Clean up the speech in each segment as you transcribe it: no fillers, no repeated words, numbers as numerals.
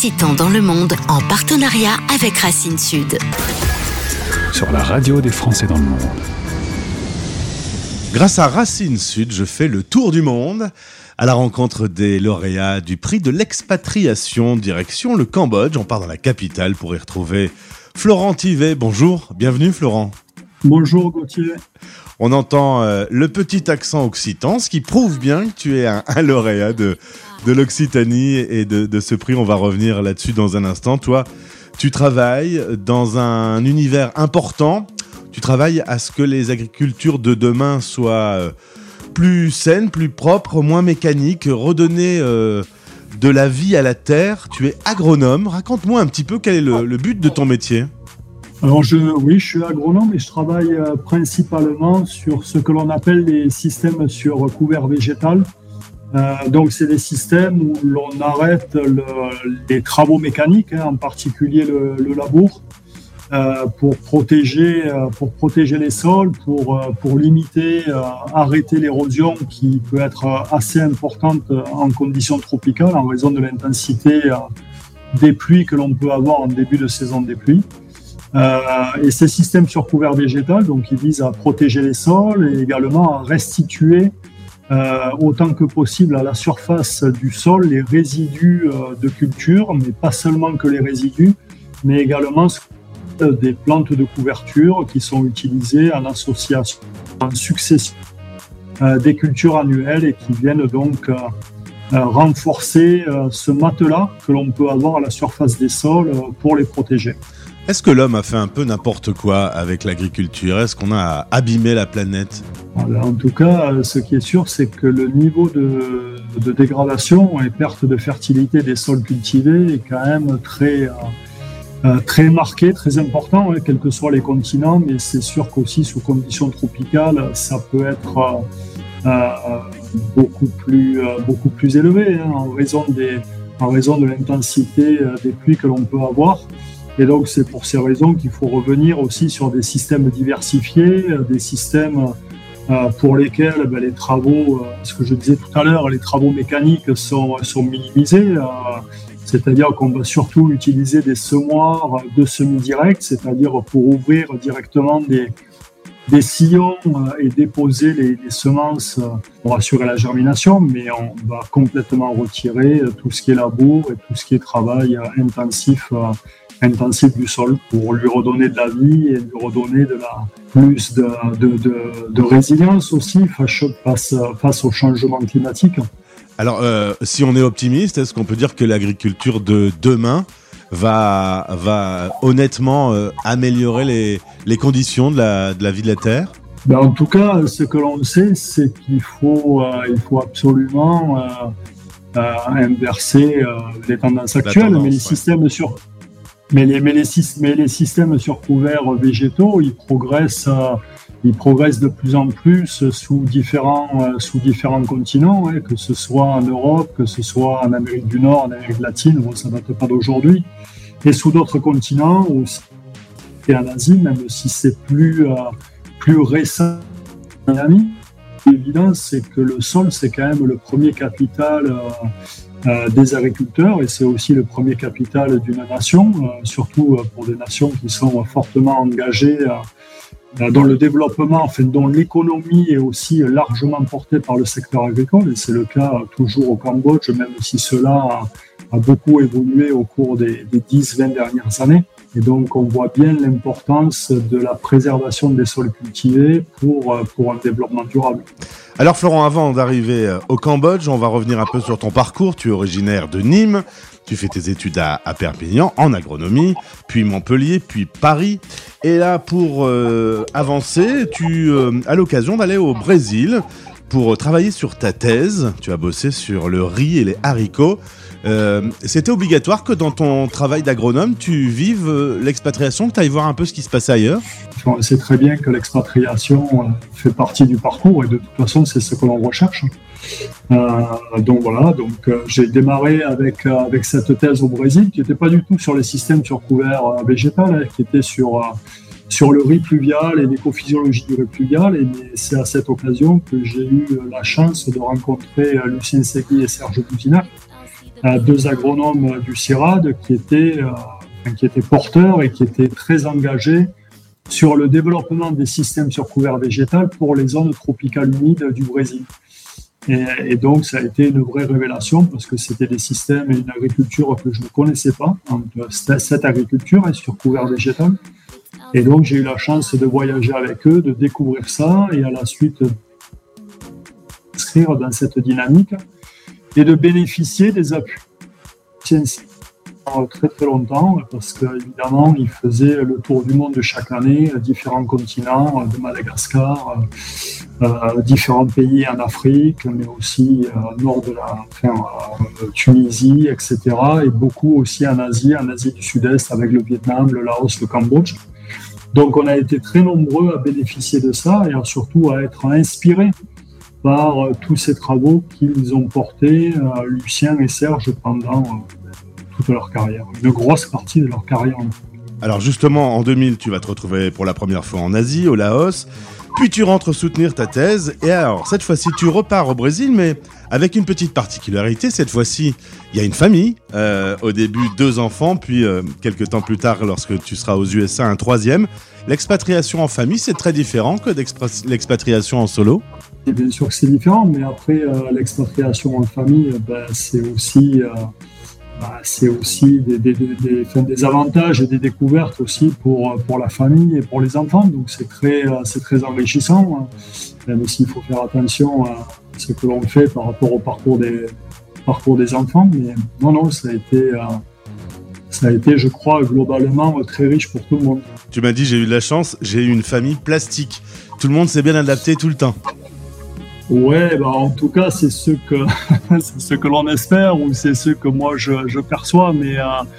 occitans dans le monde en partenariat avec Racine Sud. Sur la radio des Français dans le monde. Grâce à Racine Sud, je fais le tour du monde à la rencontre des lauréats du prix de l'expatriation, direction le Cambodge. On part dans la capitale pour y retrouver Florent Thivet. Bonjour, bienvenue Florent. Bonjour Gauthier. On entend le petit accent occitan, ce qui prouve bien que tu es un lauréat de l'Occitanie et de ce prix. On va revenir là-dessus dans un instant. Toi, tu travailles dans un univers important. Tu travailles à ce que les agricultures de demain soient plus saines, plus propres, moins mécaniques, redonner de la vie à la terre. Tu es agronome. Raconte-moi un petit peu quel est le but de ton métier. Alors je suis agronome et je travaille principalement sur ce que l'on appelle les systèmes sur couvert végétal. Donc c'est des systèmes où l'on arrête les travaux mécaniques, en particulier le labour, pour protéger les sols, pour limiter, arrêter l'érosion qui peut être assez importante en conditions tropicales en raison de l'intensité des pluies que l'on peut avoir en début de saison des pluies. Et ces systèmes sur couvert végétal, donc, ils visent à protéger les sols et également à restituer autant que possible à la surface du sol les résidus de culture, mais pas seulement que les résidus, mais également des plantes de couverture qui sont utilisées en association, en succession des cultures annuelles et qui viennent donc renforcer ce matelas que l'on peut avoir à la surface des sols pour les protéger. Est-ce que l'homme a fait un peu n'importe quoi avec l'agriculture ? Est-ce qu'on a abîmé la planète ? En tout cas, ce qui est sûr, c'est que le niveau de dégradation et perte de fertilité des sols cultivés est quand même très marqué, très important, quels que soient les continents, mais c'est sûr qu'aussi sous conditions tropicales, ça peut être beaucoup plus élevé en raison de l'intensité des pluies que l'on peut avoir. Et donc c'est pour ces raisons qu'il faut revenir aussi sur des systèmes diversifiés, des systèmes pour lesquels les travaux, ce que je disais tout à l'heure, les travaux mécaniques sont minimisés. C'est-à-dire qu'on va surtout utiliser des semoirs de semi-direct, c'est-à-dire pour ouvrir directement des sillons et déposer les semences pour assurer la germination, mais on va complètement retirer tout ce qui est labour et tout ce qui est travail intensif du sol pour lui redonner de la vie et lui redonner plus de résilience aussi face au changement climatique. Alors, si on est optimiste, est-ce qu'on peut dire que l'agriculture de demain va honnêtement améliorer les conditions de la vie de la terre ? En tout cas, ce que l'on sait, c'est qu'il faut absolument inverser les tendances actuelles, mais les systèmes sur les systèmes sur couverts végétaux, ils progressent de plus en plus sous différents continents, que ce soit en Europe, que ce soit en Amérique du Nord, en Amérique latine, ça ne date pas d'aujourd'hui, et sous d'autres continents, aussi et en Asie, même si c'est plus récent. L'évidence, c'est que le sol, c'est quand même le premier capital des agriculteurs et c'est aussi le premier capital d'une nation, surtout pour des nations qui sont fortement engagées dans le développement, dont l'économie est aussi largement portée par le secteur agricole, et c'est le cas toujours au Cambodge, même si cela a beaucoup évolué au cours des 10-20 dernières années. Et donc, on voit bien l'importance de la préservation des sols cultivés pour un développement durable. Alors Florent, avant d'arriver au Cambodge, on va revenir un peu sur ton parcours. Tu es originaire de Nîmes, tu fais tes études à Perpignan en agronomie, puis Montpellier, puis Paris. Et là, pour avancer, tu as l'occasion d'aller au Brésil pour travailler sur ta thèse. Tu as bossé sur le riz et les haricots. C'était obligatoire que dans ton travail d'agronome, tu vives l'expatriation, que tu ailles voir un peu ce qui se passait ailleurs ? On sait très bien que l'expatriation fait partie du parcours et de toute façon, c'est ce que l'on recherche. Donc j'ai démarré avec cette thèse au Brésil qui n'était pas du tout sur les systèmes sur couvert végétal, qui était sur le riz pluvial et l'écophysiologie du riz pluvial. Et c'est à cette occasion que j'ai eu la chance de rencontrer Lucien Segui et Serge Bouzinac, 2 agronomes du CIRAD qui étaient porteurs et qui étaient très engagés sur le développement des systèmes sur couvert végétal pour les zones tropicales humides du Brésil. Et donc, ça a été une vraie révélation parce que c'était des systèmes et une agriculture que je ne connaissais pas, cette agriculture et sur couvert végétal. Et donc, j'ai eu la chance de voyager avec eux, de découvrir ça et à la suite s'inscrire dans cette dynamique et de bénéficier des appuis très très longtemps parce qu'évidemment ils faisaient le tour du monde chaque année, différents continents, de Madagascar, différents pays en Afrique, mais aussi nord de Tunisie, etc. Et beaucoup aussi en Asie du Sud-Est avec le Vietnam, le Laos, le Cambodge. Donc on a été très nombreux à bénéficier de ça et surtout à être inspirés par tous ces travaux qu'ils ont portés, Lucien et Serge, pendant toute leur carrière, une grosse partie de leur carrière. Alors justement, en 2000, tu vas te retrouver pour la première fois en Asie, au Laos, puis tu rentres soutenir ta thèse, et alors cette fois-ci tu repars au Brésil, mais avec une petite particularité, cette fois-ci il y a une famille, au début 2 enfants, puis quelques temps plus tard, lorsque tu seras aux USA, un 3e. L'expatriation en famille, c'est très différent que l'expatriation en solo? Et bien sûr que c'est différent, mais après l'expatriation en famille, c'est aussi des avantages et des découvertes aussi pour la famille et pour les enfants. Donc c'est très enrichissant, même s'il faut faire attention à ce que l'on fait par rapport au parcours des enfants. Mais non, ça a été, je crois, globalement très riche pour tout le monde. Tu m'as dit, j'ai eu de la chance, j'ai eu une famille plastique. Tout le monde s'est bien adapté tout le temps. Ouais, en tout cas, c'est ce que l'on espère ou c'est ce que moi je perçois. Mais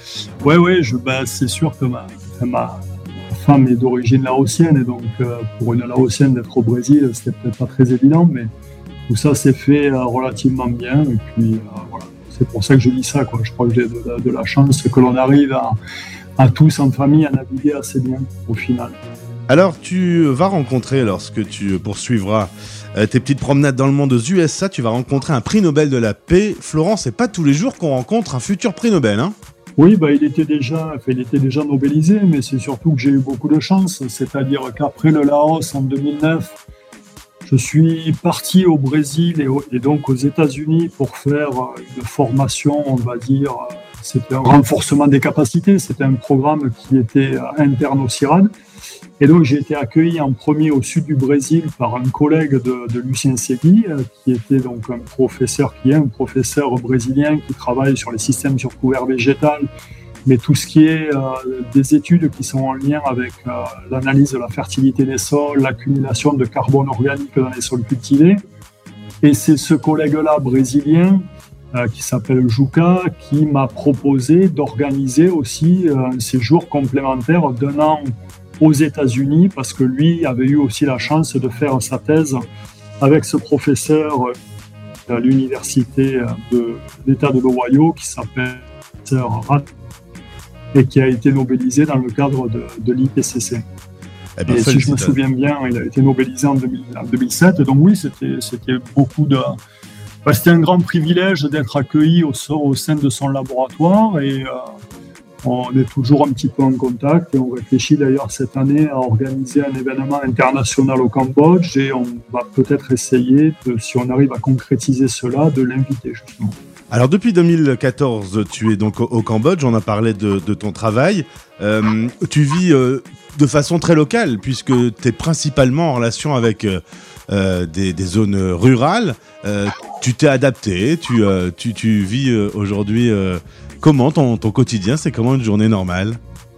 c'est sûr que ma femme est d'origine laotienne et donc pour une laotienne d'être au Brésil, c'était peut-être pas très évident, mais tout ça s'est fait relativement bien. Et puis voilà, c'est pour ça que je dis ça, quoi. Je crois que j'ai de la chance que l'on arrive à tous en famille à naviguer assez bien au final. Alors, tu vas rencontrer, lorsque tu poursuivras tes petites promenades dans le monde aux USA, tu vas rencontrer un prix Nobel de la paix. Florent, c'est pas tous les jours qu'on rencontre un futur prix Nobel, hein? Oui, il était déjà nobelisé, mais c'est surtout que j'ai eu beaucoup de chance. C'est-à-dire qu'après le Laos en 2009, je suis parti au Brésil et donc aux États-Unis pour faire une formation, on va dire. C'était un renforcement des capacités. C'était un programme qui était interne au CIRAD. Et donc, j'ai été accueilli en premier au sud du Brésil par un collègue de Lucien Segui, qui était donc un professeur brésilien qui travaille sur les systèmes sur couvert végétal, mais tout ce qui est des études qui sont en lien avec l'analyse de la fertilité des sols, l'accumulation de carbone organique dans les sols cultivés. Et c'est ce collègue-là brésilien, qui s'appelle Juca, qui m'a proposé d'organiser aussi un séjour complémentaire d'1 an aux États-Unis, parce que lui avait eu aussi la chance de faire sa thèse avec ce professeur à l'université de l'État de l'Ohio qui s'appelle et qui a été nobelisé dans le cadre de l'IPCC. Et si je me souviens bien, il a été nobelisé en 2007. Donc oui, c'était beaucoup de... C'était un grand privilège d'être accueilli au sein de son laboratoire et on est toujours un petit peu en contact et on réfléchit d'ailleurs cette année à organiser un événement international au Cambodge et on va peut-être essayer, si on arrive à concrétiser cela, de l'inviter justement. Alors depuis 2014, tu es donc au Cambodge, on a parlé de ton travail. Tu vis de façon très locale puisque tu es principalement en relation avec des zones rurales. Tu t'es adapté, tu vis aujourd'hui... Comment ton quotidien, c'est comment une journée normale?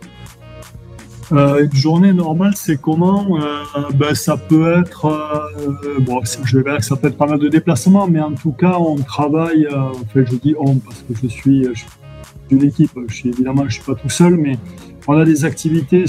Une journée normale, c'est comment? Ça peut être... je vais dire que ça peut être pas mal de déplacements, mais en tout cas, on travaille... je dis on parce que je suis d'une équipe. Évidemment, je ne suis pas tout seul, mais on a des activités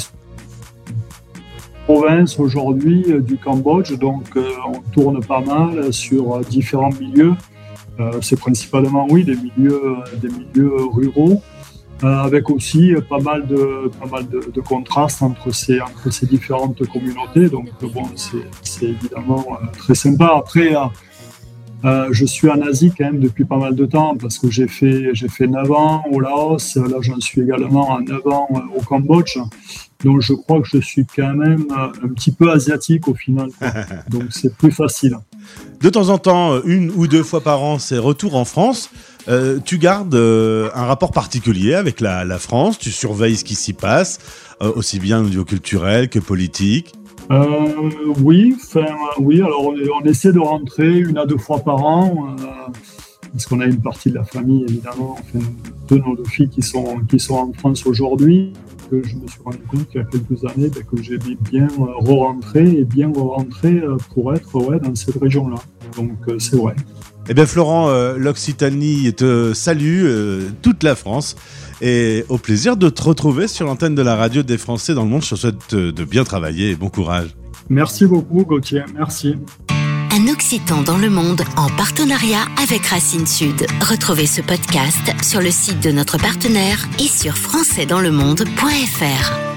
province aujourd'hui du Cambodge, donc on tourne pas mal sur différents milieux. C'est principalement des milieux ruraux, avec aussi pas mal de contrastes entre ces différentes communautés. Donc c'est évidemment très sympa. Après, Je suis en Asie quand même depuis pas mal de temps parce que j'ai fait 9 ans au Laos, là j'en suis également à 9 ans au Cambodge. Donc je crois que je suis quand même un petit peu asiatique au final. Donc c'est plus facile. De temps en temps, 1 ou 2 fois par an, c'est retour en France. Tu gardes un rapport particulier avec la France, tu surveilles ce qui s'y passe, aussi bien au niveau culturel que politique. Oui, alors on essaie de rentrer 1 à 2 fois par an, parce qu'on a une partie de la famille, évidemment, de nos 2 filles qui sont en France aujourd'hui. Que je me suis rendu compte il y a quelques années que j'aimais bien re-rentrer pour être dans cette région-là. Donc c'est vrai. Eh bien Florent, l'Occitanie te salue, toute la France, et au plaisir de te retrouver sur l'antenne de la radio des Français dans le monde. Je te souhaite de bien travailler et bon courage. Merci beaucoup Gauthier, merci. Un Occitan dans le monde en partenariat avec Racine Sud. Retrouvez ce podcast sur le site de notre partenaire et sur françaisdanslemonde.fr.